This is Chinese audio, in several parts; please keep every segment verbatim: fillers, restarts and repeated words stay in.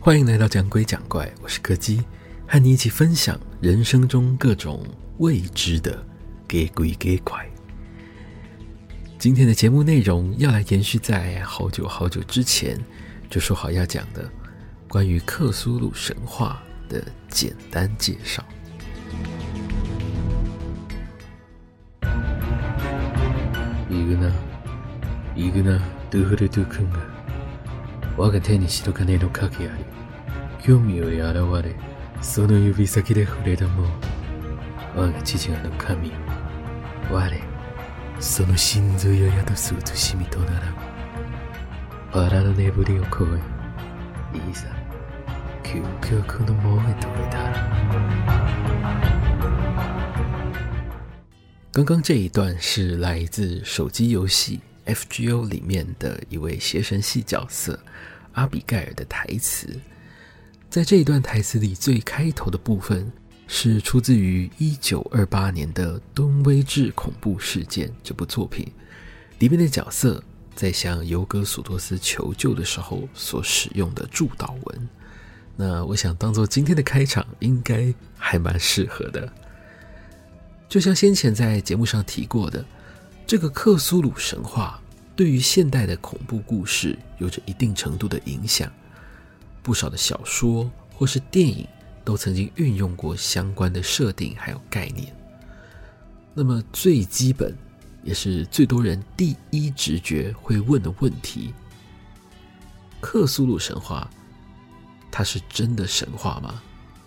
欢迎来到讲鬼讲怪，我是柯基，和你一起分享人生中各种未知的给鬼给怪。今天的节目内容要来延续在好久好久之前就说好要讲的关于克苏鲁神话的简单介绍。イグナ、イグナ、ドゥフルドゥ君が我が手に白金の影あり、興味を現れ、その指先で触れるも、我が父がの神よ、我、その心臓を宿す美しみとならば、バラの眠りを越え、いざ、究極の門へと到達。刚刚这一段是来自手机游戏 F G O 里面的一位邪神系角色阿比盖尔的台词。在这一段台词里，最开头的部分是出自于一九二八年的敦威治恐怖事件这部作品里面的角色在向尤格索多斯求救的时候所使用的祝祷文。那我想当做今天的开场应该还蛮适合的。就像先前在节目上提过的，这个克苏鲁神话对于现代的恐怖故事有着一定程度的影响，不少的小说或是电影都曾经运用过相关的设定还有概念。那么最基本也是最多人第一直觉会问的问题，克苏鲁神话它是真的神话吗？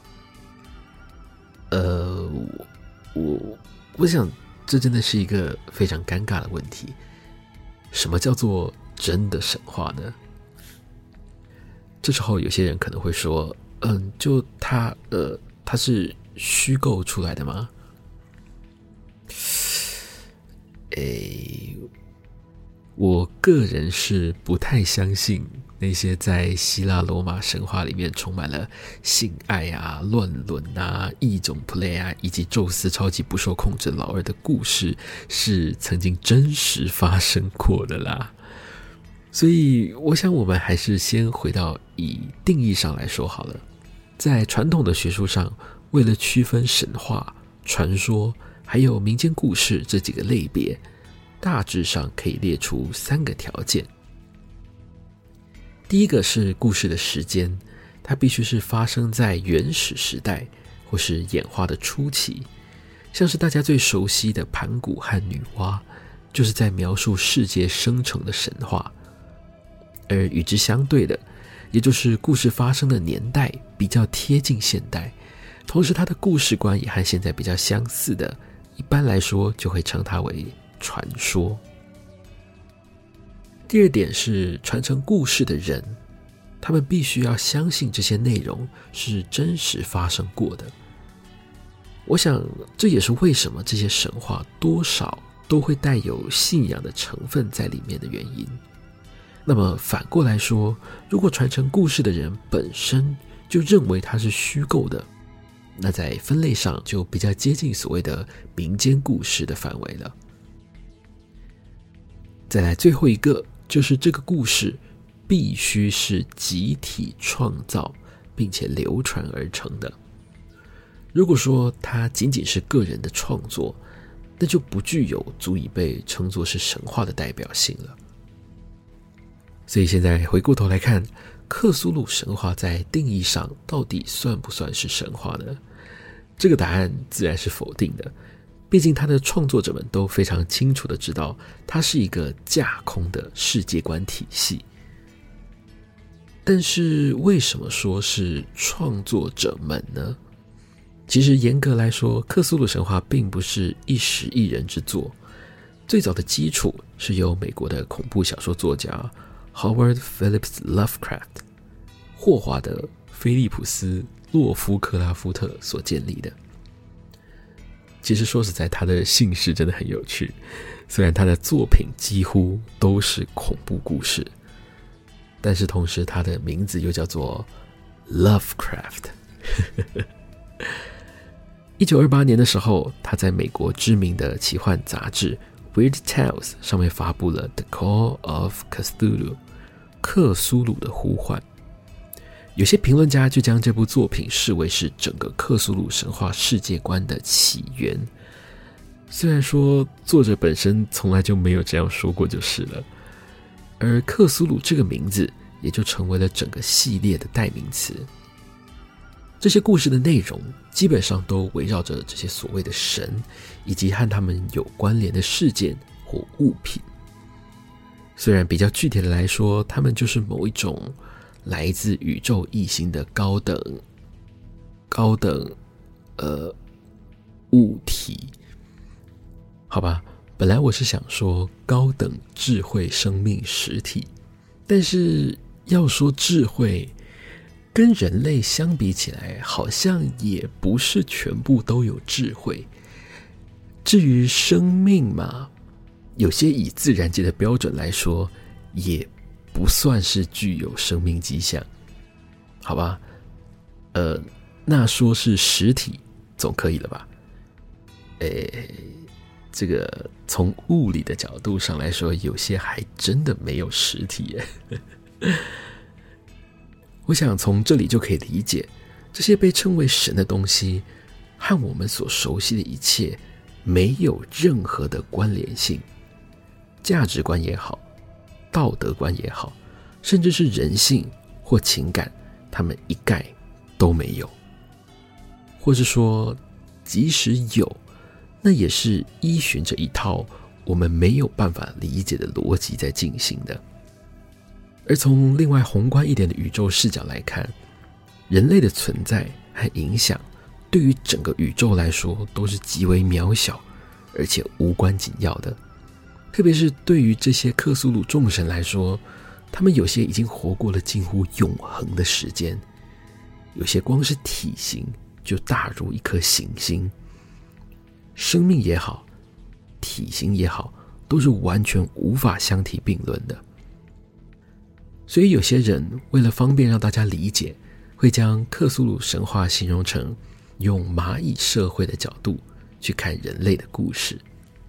呃我我我想这真的是一个非常尴尬的问题。什么叫做真的神话呢？这时候有些人可能会说，嗯，就它呃它是虚构出来的吗？诶，我个人是不太相信那些在希腊罗马神话里面充满了性爱啊、乱伦啊、异种 play 啊，以及宙斯超级不受控制老二的故事是曾经真实发生过的啦。所以我想我们还是先回到以定义上来说好了。在传统的学术上，为了区分神话、传说还有民间故事这几个类别，大致上可以列出三个条件。第一个是故事的时间，它必须是发生在原始时代或是演化的初期，像是大家最熟悉的盘古和女娲，就是在描述世界生成的神话。而与之相对的，也就是故事发生的年代比较贴近现代，同时它的故事观也和现在比较相似的，一般来说就会称它为传说。第二点是传承故事的人，他们必须要相信这些内容是真实发生过的。我想这也是为什么这些神话多少都会带有信仰的成分在里面的原因。那么反过来说，如果传承故事的人本身就认为它是虚构的，那在分类上就比较接近所谓的民间故事的范围了。再来最后一个，就是这个故事必须是集体创造并且流传而成的。如果说它仅仅是个人的创作，那就不具有足以被称作是神话的代表性了。所以现在回过头来看，克苏鲁神话在定义上到底算不算是神话呢？这个答案自然是否定的，毕竟它的创作者们都非常清楚地知道，它是一个架空的世界观体系。但是为什么说是创作者们呢？其实严格来说，克苏鲁神话并不是一时一人之作，最早的基础是由美国的恐怖小说作家 Howard Phillips Lovecraft 霍华德·菲利普斯·洛夫克拉夫特所建立的。其实说实在，他的姓氏真的很有趣，虽然他的作品几乎都是恐怖故事，但是同时他的名字又叫做 Lovecraft 一九二八年的时候，他在美国知名的奇幻杂志 Weird Tales 上面发布了 The Call of Cthulhu 克苏鲁的呼唤， 有些评论家就将这部作品视为是整个克苏鲁神话世界观的起源，虽然说作者本身从来就没有这样说过就是了，而克苏鲁这个名字也就成为了整个系列的代名词。这些故事的内容基本上都围绕着这些所谓的神，以及和他们有关联的事件或物品。虽然比较具体的来说，他们就是某一种来自宇宙异星的高等高等呃物体，好吧，本来我是想说高等智慧生命实体，但是要说智慧跟人类相比起来，好像也不是全部都有智慧。至于生命嘛，有些以自然界的标准来说，也不算是具有生命迹象，好吧？呃，那说是实体总可以了吧？诶，这个从物理的角度上来说，有些还真的没有实体耶。我想从这里就可以理解，这些被称为神的东西和我们所熟悉的一切没有任何的关联性，价值观也好，道德观也好，甚至是人性或情感，他们一概都没有。或是说，即使有，那也是依循着一套我们没有办法理解的逻辑在进行的。而从另外宏观一点的宇宙视角来看，人类的存在和影响对于整个宇宙来说都是极为渺小而且无关紧要的。特别是对于这些克苏鲁众神来说，他们有些已经活过了近乎永恒的时间，有些光是体型就大如一颗行星。生命也好，体型也好，都是完全无法相提并论的。所以有些人为了方便让大家理解，会将克苏鲁神话形容成用蚂蚁社会的角度去看人类的故事。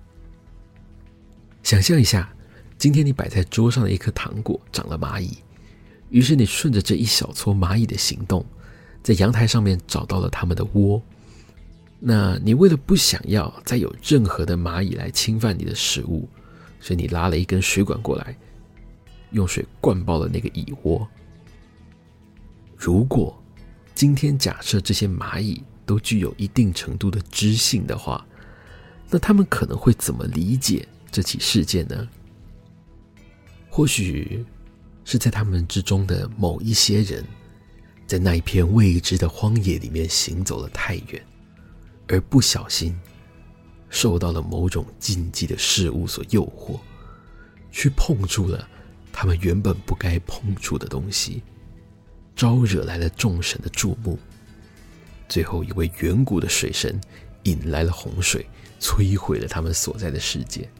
想象一下，今天你摆在桌上的一颗糖果长了蚂蚁，于是你顺着这一小撮蚂蚁的行动，在阳台上面找到了它们的窝。那你为了不想要再有任何的蚂蚁来侵犯你的食物，所以你拉了一根水管过来，用水灌爆了那个蚁窝。如果今天假设这些蚂蚁都具有一定程度的知性的话，那他们可能会怎么理解这起事件呢？或许是在他们之中的某一些人，在那一片未知的荒野里面行走了太远，而不小心受到了某种禁忌的事物所诱惑，去碰触了他们原本不该碰触的东西，招惹来了众神的注目。最后一位远古的水神引来了洪水，摧毁了他们所在的世界。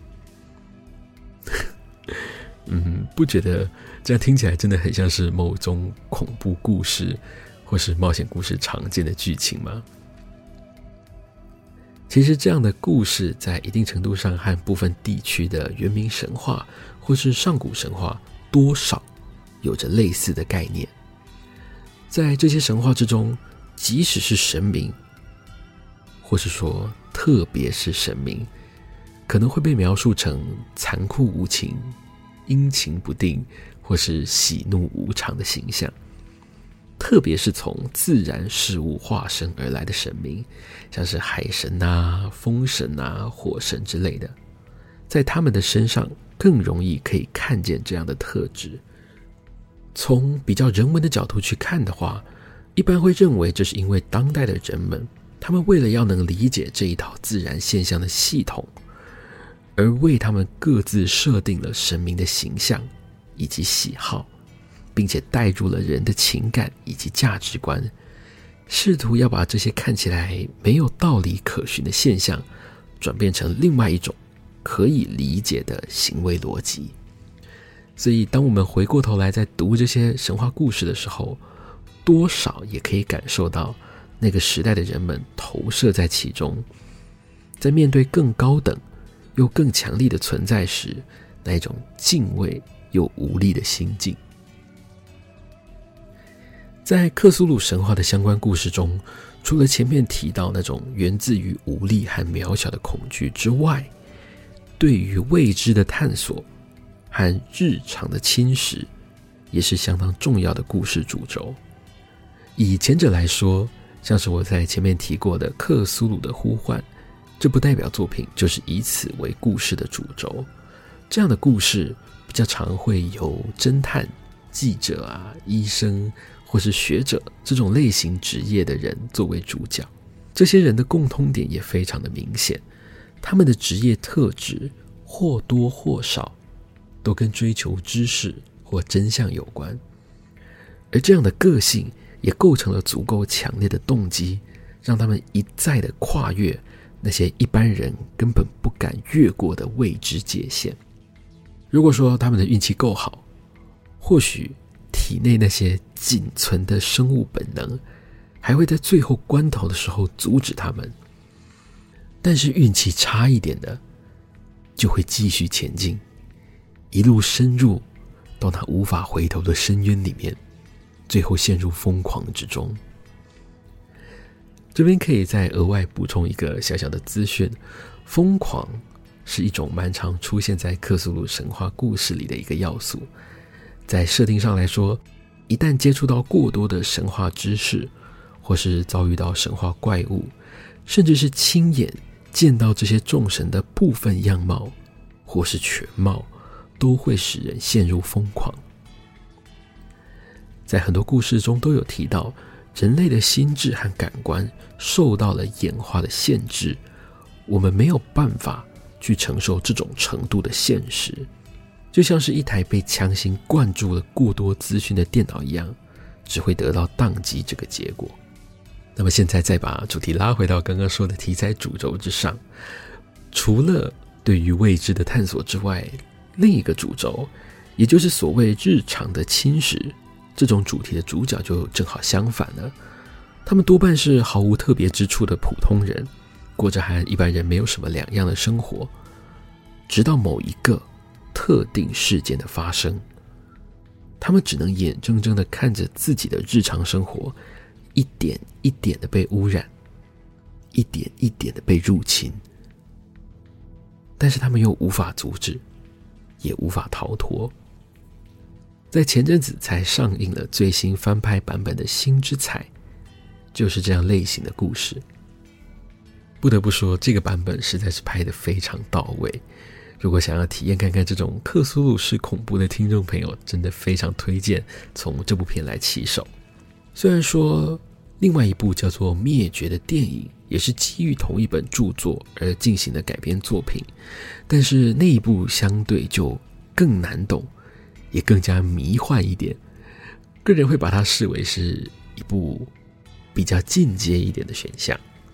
嗯，不觉得这样听起来真的很像是某种恐怖故事或是冒险故事常见的剧情吗？其实这样的故事在一定程度上和部分地区的原民神话或是上古神话多少有着类似的概念。在这些神话之中，即使是神明，或是说特别是神明，可能会被描述成残酷无情、阴晴不定或是喜怒无常的形象。特别是从自然事物化身而来的神明，像是海神啊、风神啊、火神之类的，在他们的身上更容易可以看见这样的特质。从比较人文的角度去看的话，一般会认为这是因为当代的人们，他们为了要能理解这一套自然现象的系统，而为他们各自设定了神明的形象以及喜好，并且带入了人的情感以及价值观，试图要把这些看起来没有道理可循的现象转变成另外一种可以理解的行为逻辑。所以当我们回过头来在读这些神话故事的时候，多少也可以感受到那个时代的人们投射在其中，在面对更高等又更强力的存在时，那一种敬畏又无力的心境。 在克苏鲁神话的相关故事中，除了前面提到那种源自于无力和渺小的恐惧之外，对于未知的探索和日常的侵蚀也是相当重要的故事主轴。以前者来说，像是我在前面提过的《克苏鲁的呼唤》这部代表作品，就是以此为故事的主轴。这样的故事比较常会由侦探、记者啊、医生或是学者这种类型职业的人作为主角。这些人的共通点也非常的明显，他们的职业特质或多或少都跟追求知识或真相有关，而这样的个性也构成了足够强烈的动机，让他们一再的跨越那些一般人根本不敢越过的未知界限。如果说他们的运气够好，或许体内那些仅存的生物本能还会在最后关头的时候阻止他们，但是运气差一点的就会继续前进，一路深入到那无法回头的深渊里面，最后陷入疯狂之中。这边可以再额外补充一个小小的资讯，疯狂是一种蛮常出现在克苏鲁神话故事里的一个要素。在设定上来说，一旦接触到过多的神话知识，或是遭遇到神话怪物，甚至是亲眼见到这些众神的部分样貌或是全貌，都会使人陷入疯狂。在很多故事中都有提到，人类的心智和感官受到了演化的限制，我们没有办法去承受这种程度的现实，就像是一台被强行灌注了过多资讯的电脑一样，只会得到宕机这个结果。那么现在再把主题拉回到刚刚说的题材主轴之上，除了对于未知的探索之外，另一个主轴，也就是所谓日常的侵蚀，这种主题的主角就正好相反了。他们多半是毫无特别之处的普通人，过着和一般人没有什么两样的生活，直到某一个特定事件的发生，他们只能眼睁睁地看着自己的日常生活一点一点地被污染，一点一点地被入侵，但是他们又无法阻止，也无法逃脱。在前阵子才上映了最新翻拍版本的《星之彩》，就是这样类型的故事。不得不说，这个版本实在是拍得非常到位。如果想要体验看看这种克苏鲁式恐怖的听众朋友，真的非常推荐从这部片来起手。虽然说另外一部叫做《灭绝》的电影也是基于同一本著作而进行的改编作品，但是那一部相对就更难懂，也更加迷幻一点，个人会把它视为是一部比较进阶一点的选项。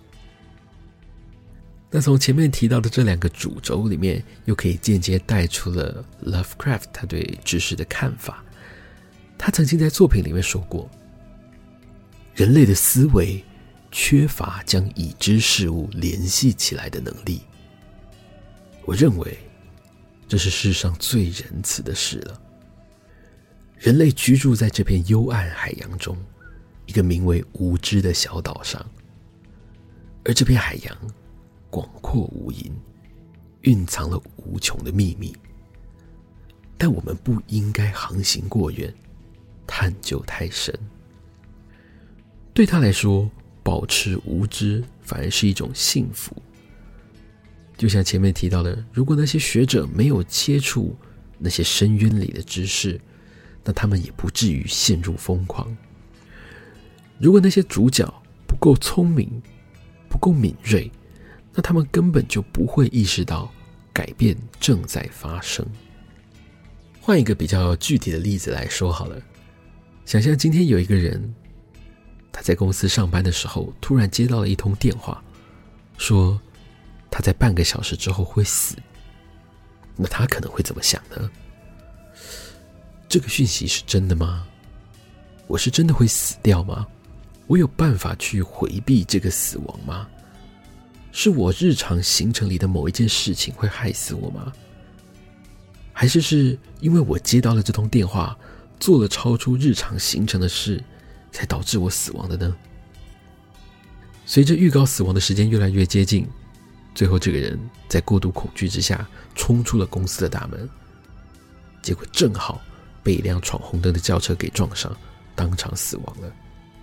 那从前面提到的这两个主轴里面，又可以间接带出了 Lovecraft 他对知识的看法。他曾经在作品里面说过，人类的思维缺乏将已知事物联系起来的能力。我认为这是世上最仁慈的事了。人类居住在这片幽暗海洋中，一个名为无知的小岛上，而这片海洋广阔无垠，蕴藏了无穷的秘密，但我们不应该航行过远，探究太深。对他来说，保持无知反而是一种幸福。就像前面提到的，如果那些学者没有接触那些深渊里的知识，那他们也不至于陷入疯狂。如果那些主角不够聪明，不够敏锐，那他们根本就不会意识到改变正在发生。换一个比较具体的例子来说好了，想象今天有一个人，他在公司上班的时候，突然接到了一通电话，说他在半个小时之后会死。那他可能会怎么想呢？这个讯息是真的吗？我是真的会死掉吗？我有办法去回避这个死亡吗？是我日常行程里的某一件事情会害死我吗？还是是因为我接到了这通电话，做了超出日常行程的事， 才导致我死亡的呢？随着预告死亡的时间越来越接近，最后这个人在过度恐惧之下冲出了公司的大门，结果正好被一辆闯红灯的轿车给撞上，当场死亡了。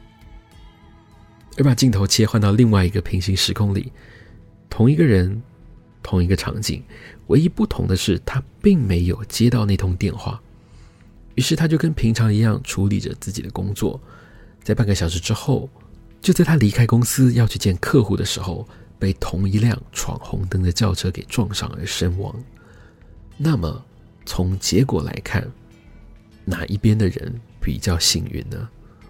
而把镜头切换到另外一个平行时空里，同一个人，同一个场景，唯一不同的是他并没有接到那通电话，于是他就跟平常一样处理着自己的工作。在半个小时之后，就在他离开公司要去见客户的时候，被同一辆闯红灯的轿车给撞上而身亡。那么从结果来看，哪一边的人比较幸运呢？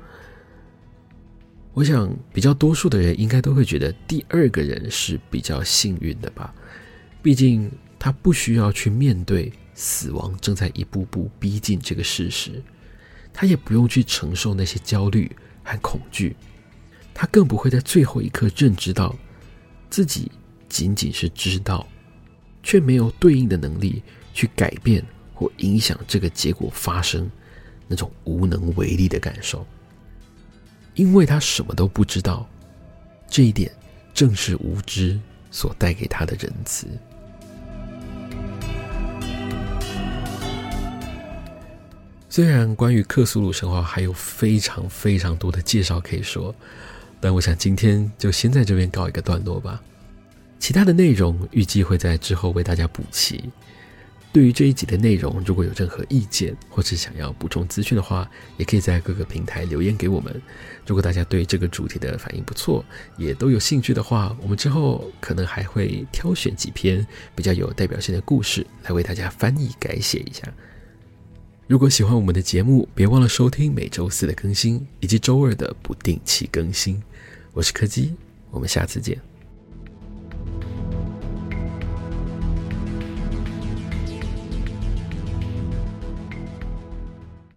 我想比较多数的人应该都会觉得第二个人是比较幸运的吧，毕竟他不需要去面对死亡正在一步步逼近这个事实，他也不用去承受那些焦虑和恐惧，他更不会在最后一刻认知到自己仅仅是知道，却没有对应的能力去改变或影响这个结果发生，那种无能为力的感受。因为他什么都不知道，这一点正是无知所带给他的仁慈。虽然关于克苏鲁神话还有非常非常多的介绍可以说，但我想今天就先在这边告一个段落吧。其他的内容预计会在之后为大家补齐。对于这一集的内容，如果有任何意见或是想要补充资讯的话，也可以在各个平台留言给我们。如果大家对这个主题的反应不错，也都有兴趣的话，我们之后可能还会挑选几篇比较有代表性的故事来为大家翻译改写一下。如果喜欢我们的节目，别忘了收听每周四的更新以及周二的不定期更新。我是柯基，我们下次见。